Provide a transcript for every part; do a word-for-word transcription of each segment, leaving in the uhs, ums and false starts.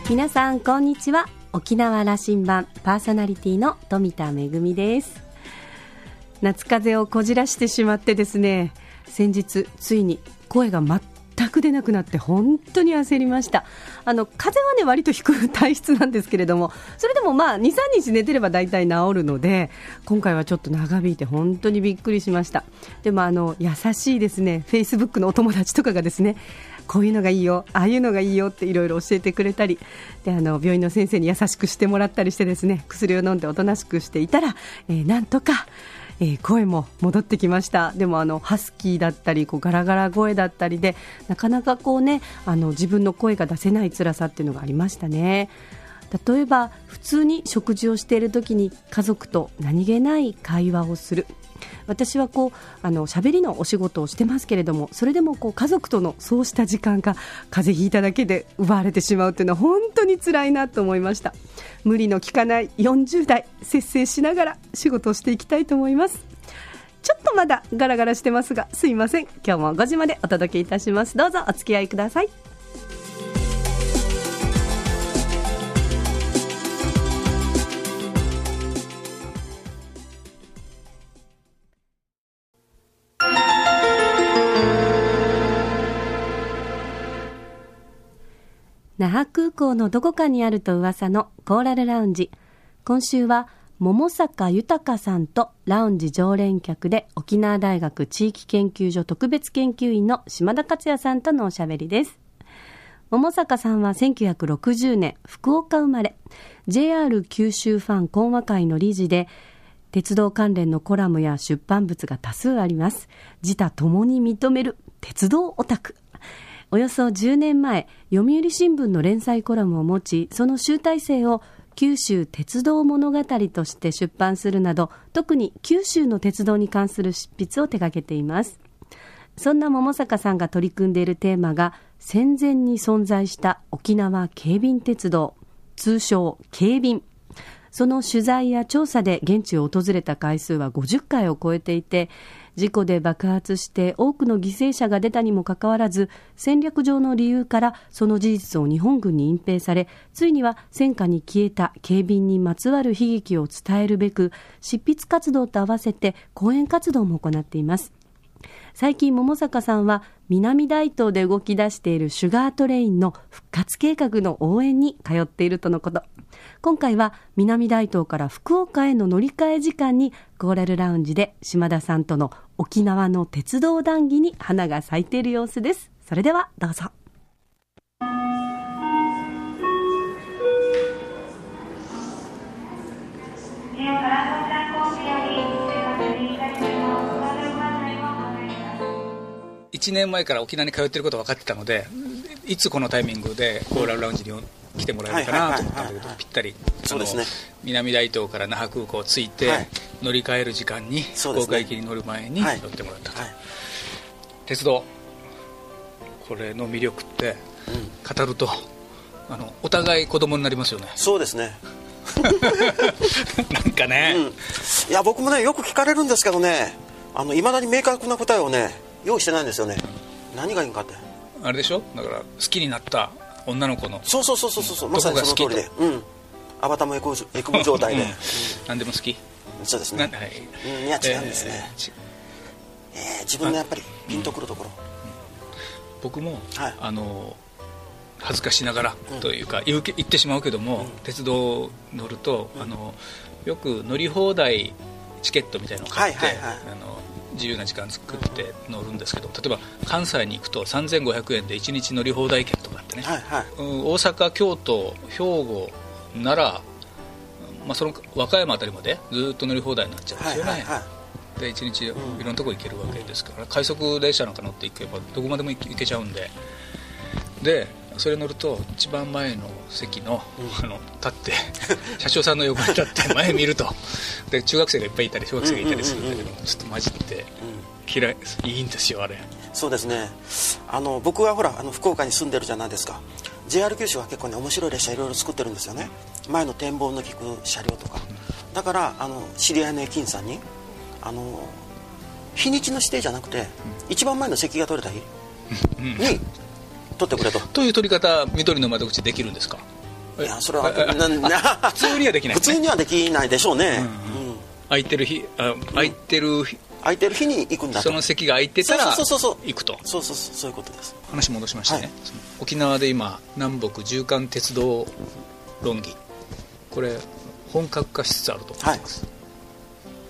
皆さんこんにちは。沖縄羅針盤パーソナリティの富田恵です。夏風邪をこじらしてしまってですね、先日ついに声が全く出なくなって本当に焦りました。あの風邪はね割とひく体質なんですけれども、それでもまあ にさんにち寝てれば大体治るので、今回はちょっと長引いて本当にびっくりしました。でもあの優しいですね、フェイスブックのお友達とかがですね、こういうのがいいよ、ああいうのがいいよっていろいろ教えてくれたりで、あの病院の先生に優しくしてもらったりしてですね、薬を飲んでおとなしくしていたら、えー、なんとかえー、声も戻ってきました。でもあのハスキーだったりこうガラガラ声だったりで、なかなかこう、ね、あの自分の声が出せない辛さっていうのがありましたね。例えば普通に食事をしている時に家族と何気ない会話をする。私はこうあの喋りのお仕事をしてますけれども、それでもこう家族とのそうした時間が風邪ひいただけで奪われてしまうというのは本当に辛いなと思いました。無理の効かないよんじゅう代、節制しながら仕事をしていきたいと思います。ちょっとまだガラガラしてますがすいません。今日もごじまでお届けいたします。どうぞお付き合いください。那覇空港のどこかにあると噂のコーラルラウンジ。今週は桃坂豊さんとラウンジ常連客で沖縄大学地域研究所特別研究員の島田克也さんとのおしゃべりです。桃坂さんはせんきゅうひゃくろくじゅうねん福岡生まれ、 ジェイアール 九州ファン講和会の理事で、鉄道関連のコラムや出版物が多数あります。自他ともに認める鉄道オタク。およそじゅうねんまえ、読売新聞の連載コラムを持ち、その集大成を九州鉄道物語として出版するなど、特に九州の鉄道に関する執筆を手掛けています。そんな桃坂さんが取り組んでいるテーマが、戦前に存在した沖縄警備鉄道、通称警備。その取材や調査で現地を訪れた回数はごじゅっかいを超えていて、事故で爆発して多くの犠牲者が出たにもかかわらず、戦略上の理由からその事実を日本軍に隠蔽され、ついには戦火に消えた警備にまつわる悲劇を伝えるべく、執筆活動と合わせて講演活動も行っています。最近桃坂さんは南大東で動き出しているシュガートレインの復活計画の応援に通っているとのこと。今回は南大東から福岡への乗り換え時間にコーラルラウンジで島田さんとの沖縄の鉄道談義に花が咲いている様子です。それではどうぞ。 いちねんまえから沖縄に通っていることが分かってたので、いつこのタイミングでコーラルラウンジに来てもらえるかなと思ったんだけど、ぴったりそうですね、 南大東から那覇空港を着いて、はい、乗り換える時間に、福岡駅に乗る前に乗ってもらったと、はいはい、鉄道これの魅力って、うん、語るとあのお互い子供になりますよね。 そうですねなんかね、うん、 いや僕もねよく聞かれるんですけどね、あの未だに明確な答えをね用意してないんですよね、うん、何がいいんかって。 あれでしょ、だから好きになった女の子のそうそうそうそうそう、まさにその通りで、うん、アバターもエクボ状態で、うん、 何でも好き。 そうですね、はい、うん、いや違うんですね、えーえー、自分のやっぱりピンとくるところ、 うん、僕も、はい、あの恥ずかしながらというか、うん、言う言ってしまうけども、うん、鉄道乗ると、うん、あのよく乗り放題チケットみたいなのを買って、はいはいはい、あの自由な時間作って乗るんですけど、例えば関西に行くとさんぜんごひゃくえんでいちにち乗り放題券とかあってね、はいはい、大阪、京都、兵庫、奈良、まあ、その和歌山あたりまでずっと乗り放題になっちゃうんですよね、はいはいはい、でいちにちいろんなとこ行けるわけですから、うん、快速電車なんか乗っていけばどこまでも行けちゃうんで、でそれ乗ると一番前の席 の,、うん、あの立って車掌さんの横に立って前見るとで中学生がいっぱいいたり小学生がいたりするんだけど、うんうんうんうん、ちょっとマジって嫌い、いいんですよあれ。 そうですね、あの僕はほらあの福岡に住んでるじゃないですか。 ジェイアール 九州は結構ね面白い列車いろいろ作ってるんですよね。前の展望の利く車両とか、うん、だからあの知り合いの駅員さんにあの日にちの指定じゃなくて、うん、一番前の席が取れた日に取ってくれと。 という取り方、緑の窓口できるんですか？ いやそれは普通にはできない、ね、 普通にはできないでしょうね、うんうん、 空いてる日あ空いてる日、 空いてる日に行くんだと、 その席が空いてたらそうそうそうそう行くと、 そうそうそうそういうことです。 話戻しましてね、 はい、 沖縄で今南北縦貫鉄道論議、これ本格化しつつあると思います、はい、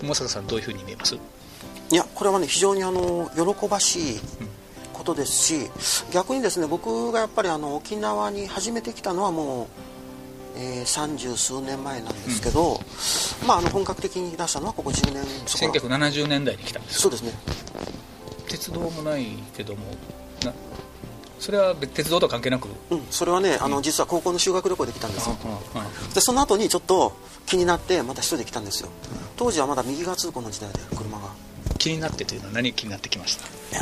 桃坂さんどういうふうに見えます？ いやこれはね非常にあの喜ばしいことですし、うん、逆にですね僕がやっぱりあの沖縄に初めて来たのはもう三十、えー、数年前なんですけど、うん、まあ、あの本格的に出したのはここじゅうねんそこせんきゅうひゃくななじゅうねんだいに来たんです。 そうですね。 鉄道もないけどもな、それは鉄道とは関係なく、 うん、それはねあの、うん、実は高校の修学旅行で来たんですよ、はい、でその後にちょっと気になってまた一人で来たんですよ。当時はまだ右側通行の時代で車が気になってというのは何気になってきました？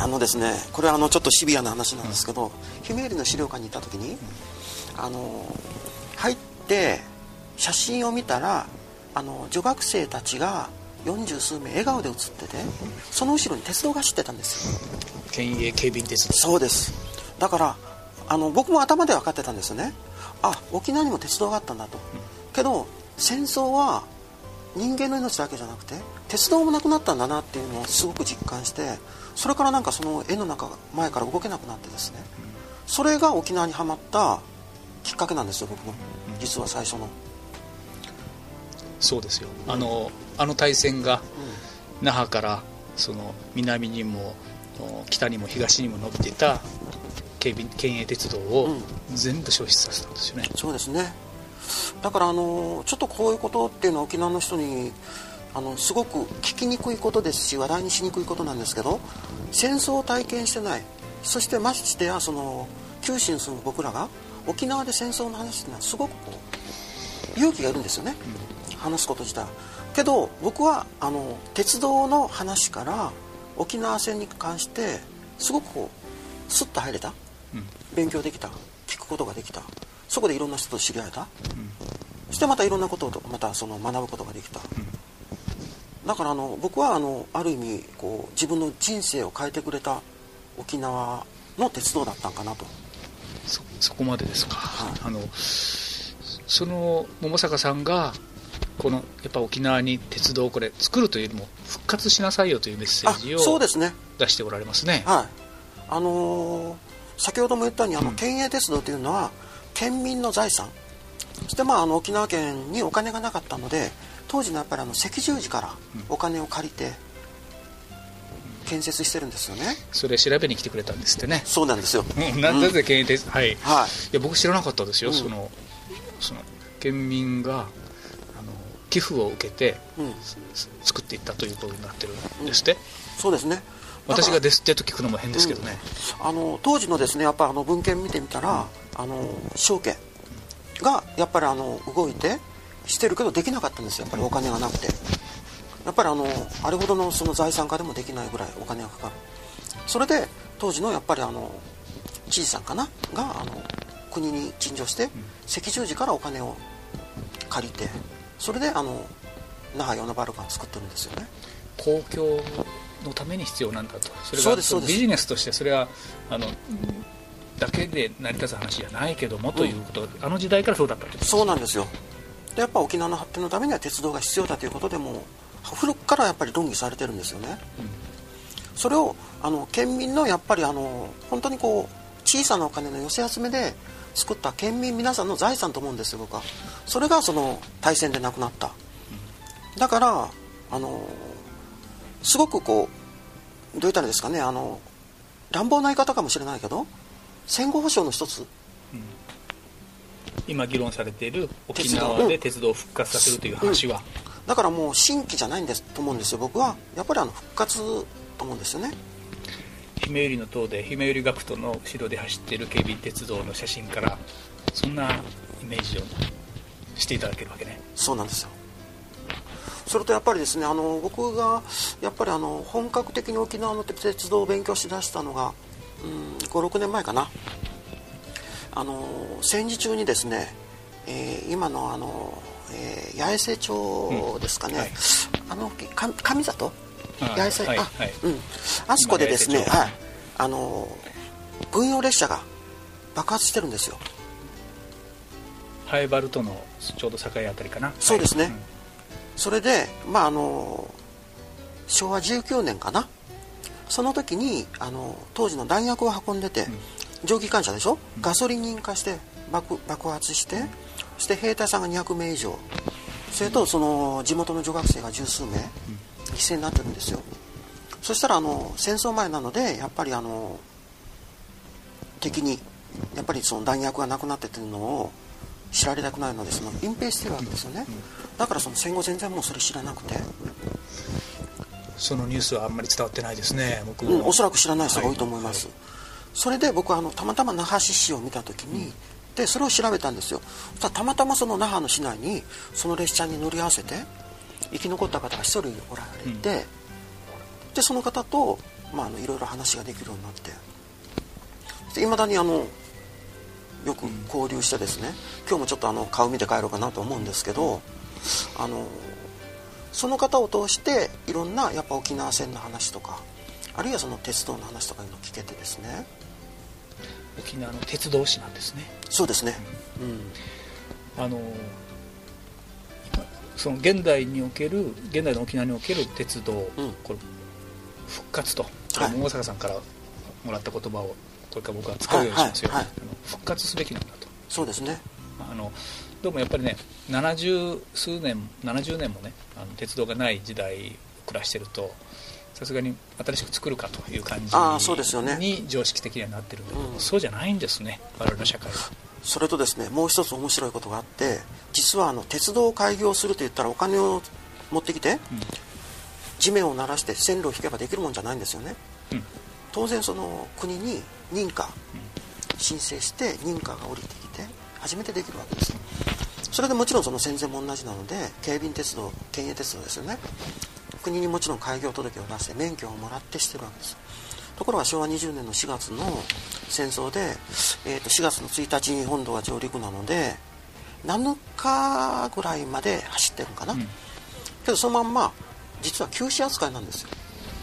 あのですねこれはあのちょっとシビアな話なんですけど、うん、ひめゆりの資料館に行った時に、うん、あの入って写真を見たらあの女学生たちがよんじゅうすうめい笑顔で写ってて、その後ろに鉄道が走ってたんですよ。 県営警備員鉄道。 そうです。だからあの僕も頭で分かってたんですよね。あ、沖縄にも鉄道があったんだと、うん、けど戦争は人間の命だけじゃなくて鉄道もなくなったんだなっていうのをすごく実感して、それからなんかその絵の中が前から動けなくなってですね、それが沖縄にはまったきっかけなんですよ僕も実は最初の。 そうですよ、うん、あのあの大戦が那覇からその南にも北にも東にも伸びていた県営鉄道を全部消失させたんですよね、 うん、そうですね。だからあのちょっとこういうことっていうのは沖縄の人にあのすごく聞きにくいことですし話題にしにくいことなんですけど、戦争を体験してない、そしてましてやその九州に住む僕らが沖縄で戦争の話っていうのはすごくこう勇気がいるんですよね、うん、話すこと自体。けど僕はあの鉄道の話から沖縄戦に関してすごくこうスッと入れた、うん、勉強できた、聞くことができた、そこでいろんな人と知り合えた、うん、そしてまたいろんなことをまたその学ぶことができた、うん、だからあの僕はあのある意味こう自分の人生を変えてくれた沖縄の鉄道だったんかなと。 そ, そこまでですか、はい、あのその桃坂さんがこのやっぱ沖縄に鉄道をこれ作るというよりも復活しなさいよというメッセージをそうですね出しておられますね。 はい、あのー、先ほども言ったようにあの県営鉄道というのは県民の財産、そしてまああの沖縄県にお金がなかったので当時のやっぱりあの赤十字からお金を借りて建設してるんですよね。 それ調べに来てくれたんですってね。 そうなんですよ。 なんで県営鉄道、はい、 はい、 いや僕知らなかったですよ、うん、そのその県民が寄付を受けて、うん、作っていったということになってるんですって、うん、 そうですね。 私がですってと聞くのも変ですけどね、 うん、あの当時のですねやっぱあの文献見てみたら、うん、あの証券がやっぱりあの動いてしてるけどできなかったんですよ。やっぱりお金がなくて、やっぱりあのあれほどのその財産家でもできないぐらいお金がかかる。それで当時のやっぱりあの知事さんかながあの国に陳情して、うん、赤十字からお金を借りてそれであの那覇与那原間を作ってるんですよね。 公共のために必要なんだと。それがそビジネスとしてそれはあのだけで成り立つ話じゃないけども、うん、ということがあの時代からそうだったということです。 そうなんですよ。でやっぱ沖縄の発展のためには鉄道が必要だということでも古くからやっぱり論議されてるんですよね、うん、それをあの県民のやっぱりあの本当にこう小さなお金の寄せ集めで作った県民皆さんの財産と思うんですよ僕は。それがその大戦でなくなった、うん、だからあのすごくこうどう言ったらいいですかね、あの乱暴な言い方かもしれないけど戦後保障の一つ、うん、 今議論されている沖縄で鉄道を復活させるという話は、 うん、だからもう新規じゃないんですと思うんですよ僕は。やっぱりあの復活と思うんですよね。 ひめゆりの塔でひめゆり学徒の後ろで走っている警備鉄道の写真からそんなイメージをしていただけるわけね。 そうなんですよ。それとやっぱりですねあの僕がやっぱりあの本格的に沖縄の鉄道を勉強しだしたのがご、ろくねんまえかな。あの戦時中にですね、えー、今のあの、えー、八重瀬町ですかね、うんはい、あの上里八重瀬、はいはい、うん、あそこでですね、はい、あの軍用列車が爆発してるんですよ。 ハエバルとのちょうど境あたりかな。 そうですね、 はい、うん、 それで、まあ、あのしょうわじゅうきゅうねんかな、その時にあの当時の弾薬を運んでて、うん、蒸気機関車でしょ、うん、ガソリンに引火して 爆, 爆発して、うん、そして兵隊さんがにひゃくめい以上、それとその地元の女学生が十数名、うん、犠牲になってるんですよ。そしたらあの戦争前なのでやっぱりあの敵にやっぱりその弾薬がなくなっててるのを知られたくないのでその隠蔽してるわけですよね。だからその戦後全然もうそれ知らなくて、 そのニュースはあんまり伝わってないですね。僕も、 うん、おそらく知らない人が多いと思います、はいはい、それで僕はあのたまたま那覇市市を見た時に、うん、でそれを調べたんですよ。たまたまその那覇の市内にその列車に乗り合わせて生き残った方が一人おられて、うん、でその方と、まあ、あのいろいろ話ができるようになって、いまだにあのよく交流してですね、今日もちょっとあの顔見て帰ろうかなと思うんですけど、あのその方を通していろんなやっぱ沖縄戦の話とか、あるいはその鉄道の話とかいうのを聞けてですね。 沖縄の鉄道史なんですね。 そうですね、 うん、あのその現代における現代の沖縄における鉄道、うん、これ復活と、はい、桃坂さんからもらった言葉をこれから僕は使うようにしますよ、はいはいはい、あの復活すべきなんだと。 そうですね。 あのどうもやっぱりねななじゅう数年ななじゅうねんもねあの鉄道がない時代を暮らしてるとさすがに新しく作るかという感じに常識的にはなってるんだけど、うん、そうじゃないんですね、我々の社会は。 それとですね、もう一つ面白いことがあって、実はあの鉄道を開業するといったらお金を持ってきて、うん、地面を鳴らして線路を引けばできるもんじゃないんですよね、うん、当然その国に認可、うん、申請して認可が下りてきて初めてできるわけです。それでもちろんその戦前も同じなので京浜鉄道県営鉄道ですよね、国にもちろん開業届を出して免許をもらってしてるわけです。ところがしょうわにじゅうねんのしがつの戦争で、えー、としがつのついたちに本土が上陸なのでなのかぐらいまで走ってるのかな、うん、けどそのまんま実は休止扱いなんですよ。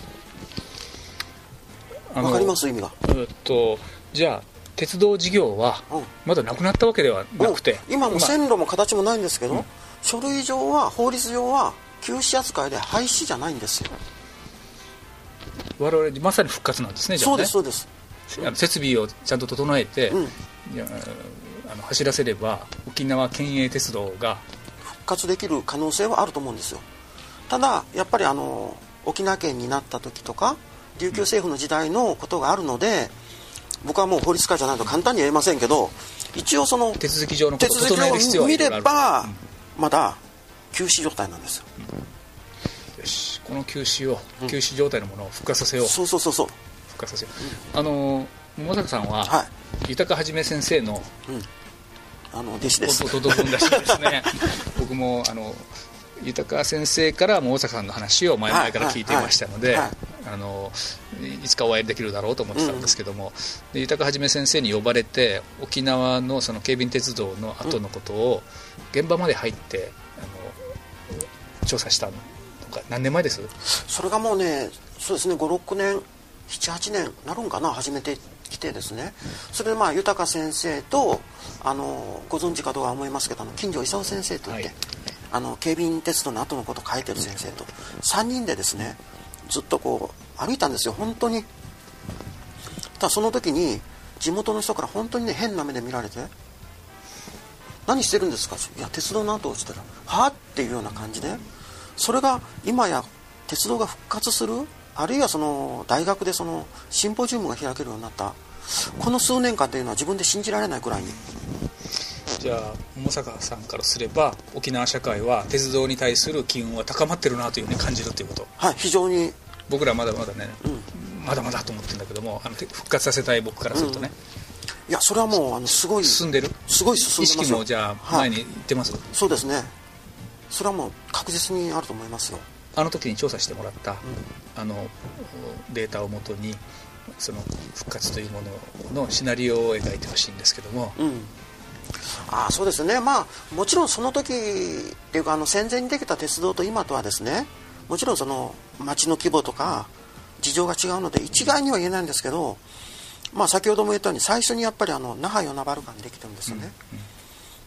わかります意味が。 えー、っとじゃあ鉄道事業はまだなくなったわけではなくて、 うん、今も線路も形もないんですけど、うん、書類上は法律上は休止扱いで廃止じゃないんですよ。 我々まさに復活なんですね。じゃあね、 そうですそうです。 あの設備をちゃんと整えて、うん、いやあの走らせれば沖縄県営鉄道が復活できる可能性はあると思うんですよ。ただやっぱりあの沖縄県になった時とか琉球政府の時代のことがあるので、うん、僕はもう法律家じゃないと簡単には言えませんけど、一応その手続き上のことを整える必要は見れば、うん、まだ休止状態なんですよ、 うん、よし、この休止を、うん、休止状態のものを復活させよう。 そうそうそうそう、 復活させよう、うん、あの桃坂さんは、はい、豊はじめ先生の、 うん、あの弟子です。 弟分らしいですね僕もあの豊先生から桃坂さんの話を前々から聞いていましたので、はいはいはい、あのいつかお会いできるだろうと思ってたんですけども、うん、で豊はじめ先生に呼ばれて沖縄のその京浜鉄道の後のことを現場まで入ってあの調査したのが何年前です？ それがもうね、そうですね、ごろくねんななはちねんなるんかな、初めて来てですね、それでまあ豊先生とあのご存知かどうか思いますけど、あの金城勲先生といって、はい、あの京浜鉄道の後のことを書いてる先生とさんにんでですねずっとこう歩いたんですよ本当に。ただその時に地元の人から本当にね変な目で見られて、何してるんですか、いや鉄道の後をしたらはぁっていうような感じで、それが今や鉄道が復活する、あるいはその大学でそのシンポジウムが開けるようになったこの数年間というのは自分で信じられないくらいに。 じゃあ桃坂さんからすれば沖縄社会は鉄道に対する機運は高まってるなというふうに感じるということ。 はい、非常に。 僕らまだまだね、うん、まだまだと思ってるんだけども、あの復活させたい僕からするとね、 うん、いやそれはもうあのすごい進んでる、 すごい進んでますよ。 意識もじゃあ前に行ってます、はい、 そうですね、それはもう確実にあると思いますよ。 あの時に調査してもらった、うん、あのデータをもとにその復活というもののシナリオを描いてほしいんですけども、 うん、ああそうですね、まあもちろんその時っていうかあの戦前にできた鉄道と今とはですね、もちろんその町の規模とか事情が違うので一概には言えないんですけど、まあ先ほども言ったように最初にやっぱりあの那覇与那原間にできてるんですよね、うんうん、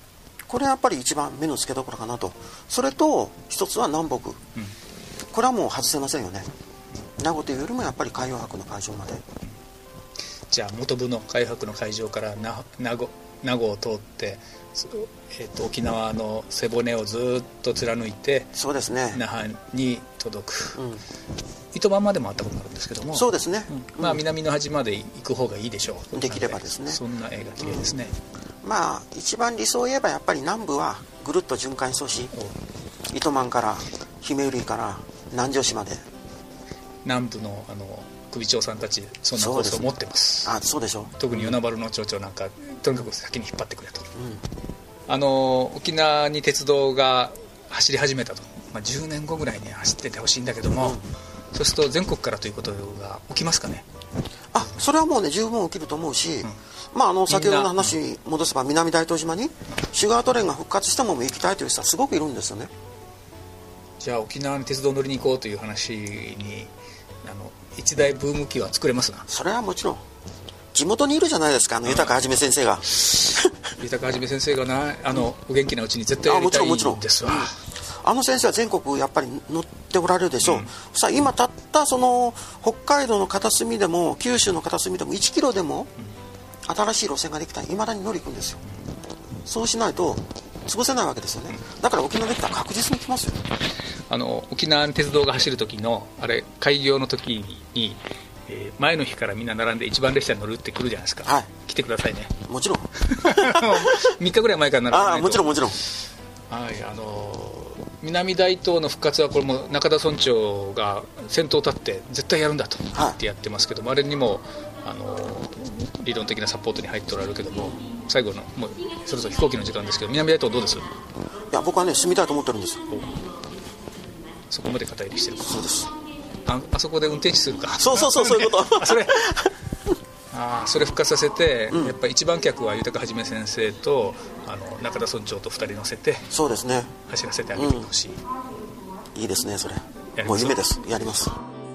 これはやっぱり一番目の付けどころかなと。それと一つは南北、うん、これはもう外せませんよね。名護というよりもやっぱり海洋博の会場まで。 じゃあ本部の海洋博の会場から名護名護を通って、えー、と沖縄の背骨をずっと貫いて、 そうですね、 那覇に届く、うん、糸満までもあったことがあるんですけども、 そうですね、 うん、まあ、南の端まで行く方がいいでしょう。 できればですね。 そんな映画綺麗ですね、 うん、まあ一番理想を言えばやっぱり南部はぐるっと循環阻止、糸満から姫売から南城市まで。 南部のあの首長さんたちそんなコースを持ってます。 あ、そうでしょう。 特に与那原の町長なんかとにかく先に引っ張ってくれと、うん、あの沖縄に鉄道が走り始めたと、まあ、じゅうねんごぐらいに走っててほしいんだけども、うん、そうすると全国からということが起きますかね。 あ、それはもうね十分起きると思うし、うん、まあ、あの先ほどの話に戻せば、うん、南大東島にシュガートレインが復活したまま行きたいという人はすごくいるんですよね。 じゃあ沖縄に鉄道乗りに行こうという話にあの一大ブーム機は作れますな。 それはもちろん地元にいるじゃないですか、あの豊はじめ先生が豊はじめ先生がな、あのお元気なうちに絶対やりたいんですわ。 あの先生は全国やっぱり乗っておられるでしょう、うん、さあ今たったその北海道の片隅でも九州の片隅でもいちキロでも新しい路線ができたらいまだに乗り行くんですよ。そうしないと潰せないわけですよね。だから沖縄できたら確実に来ますよ。 あの沖縄に鉄道が走る時のあれ開業の時に、えー、前の日からみんな並んで一番列車に乗るって来るじゃないですか、はい、来てくださいね。 もちろんみっかぐらい前から並んでないと。 あ、もちろんもちろん、 はい、あの南大東の復活はこれも中田村長が先頭立って絶対やるんだと言ってやってますけども、はい、あれにもあの理論的なサポートに入っておられるけども、最後のもうそろそろ飛行機の時間ですけど、南大東どうです？いや、僕はね住みたいと思ってるんですよ。 そこまで肩入れしてるか。 そうです。 あ, あそこで運転手するか。 そうそうそう、そういうことあそれあそれ復活させて、うん、やっぱり一番客は豊はじめ先生とあの中田村長とふたり乗せて、 そうですね、 走らせてあげてほしい、 うん、いいですね。それもう夢です。やります。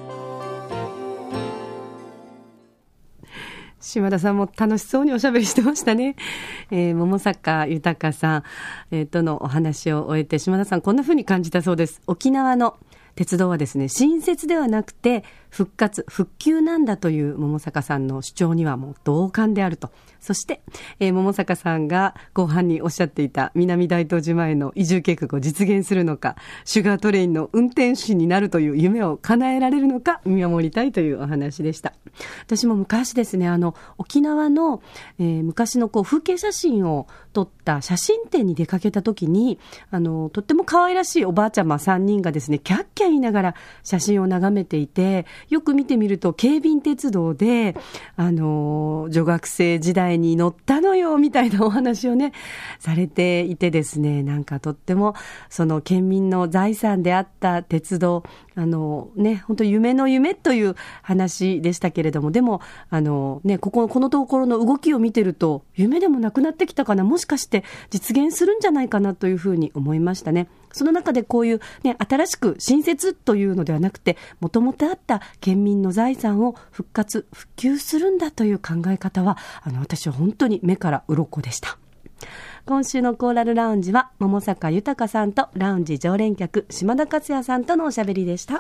島田さんも楽しそうにおしゃべりしてましたね。えー、桃坂豊さん、えー、とのお話を終えて、島田さんこんな風に感じたそうです。沖縄の鉄道はですね、新設ではなくて復活復旧なんだという桃坂さんの主張にはもう同感であると。そして、えー、桃坂さんが後半におっしゃっていた南大東島への移住計画を実現するのか、シュガートレインの運転手になるという夢を叶えられるのか見守りたいというお話でした。私も昔ですね、あの沖縄の、えー、昔のこう風景写真を撮った写真展に出かけた時に、あのとっても可愛らしいおばあちゃまさんにんがですね、キャッキャ言いながら写真を眺めていて、よく見てみると京浜鉄道であの女学生時代に乗ったのよみたいなお話をねされていてですね、なんかとってもその県民の財産であった鉄道、あのね、本当夢の夢という話でしたけれども、でもあのね、こここのところの動きを見てると夢でもなくなってきたかな、もしかして実現するんじゃないかなというふうに思いましたね。その中でこういう、ね、新しく新設というのではなくて、もともとあった県民の財産を復活復旧するんだという考え方は、あの私は本当に目から鱗でした。今週のコーラルラウンジは桃坂豊さんとラウンジ常連客島田克也さんとのおしゃべりでした。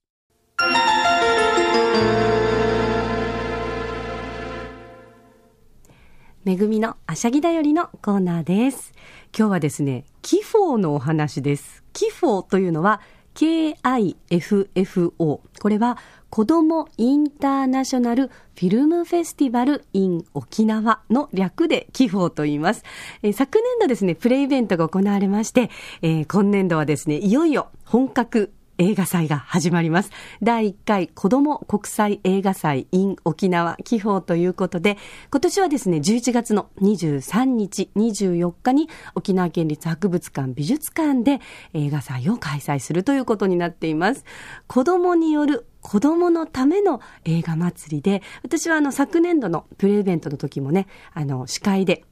めぐみのあしゃぎだよりのコーナーです。今日はですね、キフォーのお話です。キフォーというのは ケーアイエフエフオー、 これは子どもインターナショナルフィルムフェスティバル in 沖縄の略でキフォーと言います。えー、昨年度ですね、プレイベントが行われまして、えー、今年度はですね、いよいよ本格映画祭が始まります。だいいっかい子ども国際映画祭 in 沖縄キフォーということで、今年はですね、じゅういちがつのにじゅうさんにち、にじゅうよっかに沖縄県立博物館美術館で映画祭を開催するということになっています。子どもによる子供のための映画祭りで、私はあの昨年度のプレイベントの時もね、あの司会で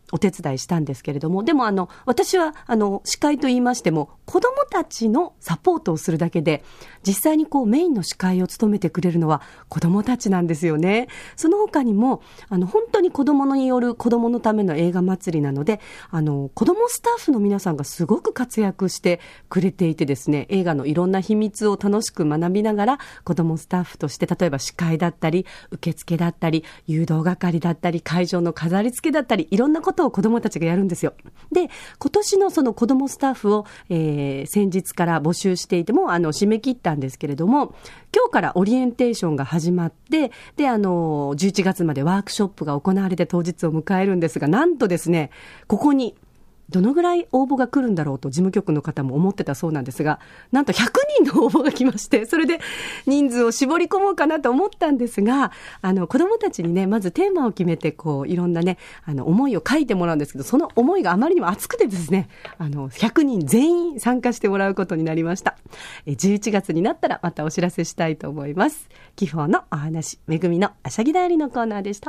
お手伝いしたんですけれども、でもあの私はあの司会と言いましても子どもたちのサポートをするだけで、実際にこうメインの司会を務めてくれるのは子どもたちなんですよね。その他にもあの本当に子どもによる子どものための映画祭りなので、あの子どもスタッフの皆さんがすごく活躍してくれていてですね、映画のいろんな秘密を楽しく学びながら子どもスタッフとして、例えば司会だったり受付だったり誘導係だったり会場の飾り付けだったり、いろんなことを子どもたちがやるんですよ。で、今年のその子どもスタッフを、えー、先日から募集していてもあの締め切ったんですけれども、今日からオリエンテーションが始まって、であのじゅういちがつまでワークショップが行われて当日を迎えるんですが、なんとですね、ここにどのぐらい応募が来るんだろうと事務局の方も思ってたそうなんですが、なんとひゃくにんの応募が来まして、それで人数を絞り込もうかなと思ったんですが、あの子どもたちにね、まずテーマを決めてこういろんなねあの思いを書いてもらうんですけど、その思いがあまりにも熱くてですね、あのひゃくにん全員参加してもらうことになりました。えじゅういちがつになったらまたお知らせしたいと思います。キフォーのお話、めぐみのあしゃぎだよりのコーナーでした。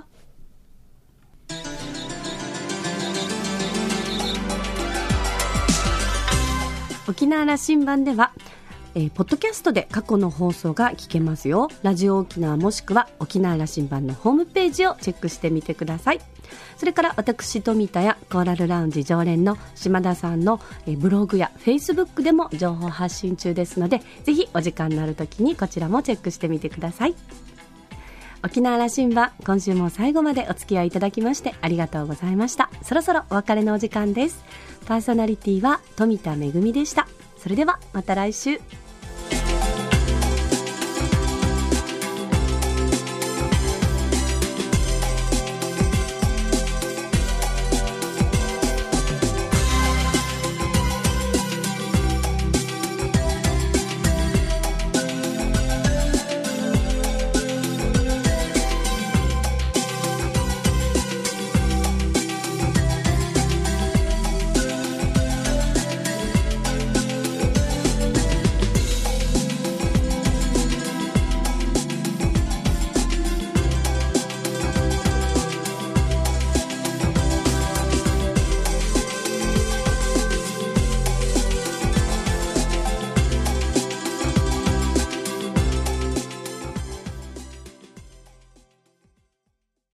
沖縄羅針盤では、えー、ポッドキャストで過去の放送が聞けますよ。ラジオ沖縄もしくは沖縄羅針盤のホームページをチェックしてみてください。それから私富田やコーラルラウンジ常連の島田さんの、えー、ブログやフェイスブックでも情報発信中ですので、ぜひお時間のある時にこちらもチェックしてみてください。沖縄羅針盤、今週も最後までお付き合いいただきましてありがとうございました。そろそろお別れのお時間です。パーソナリティは富田恵でした。それではまた来週。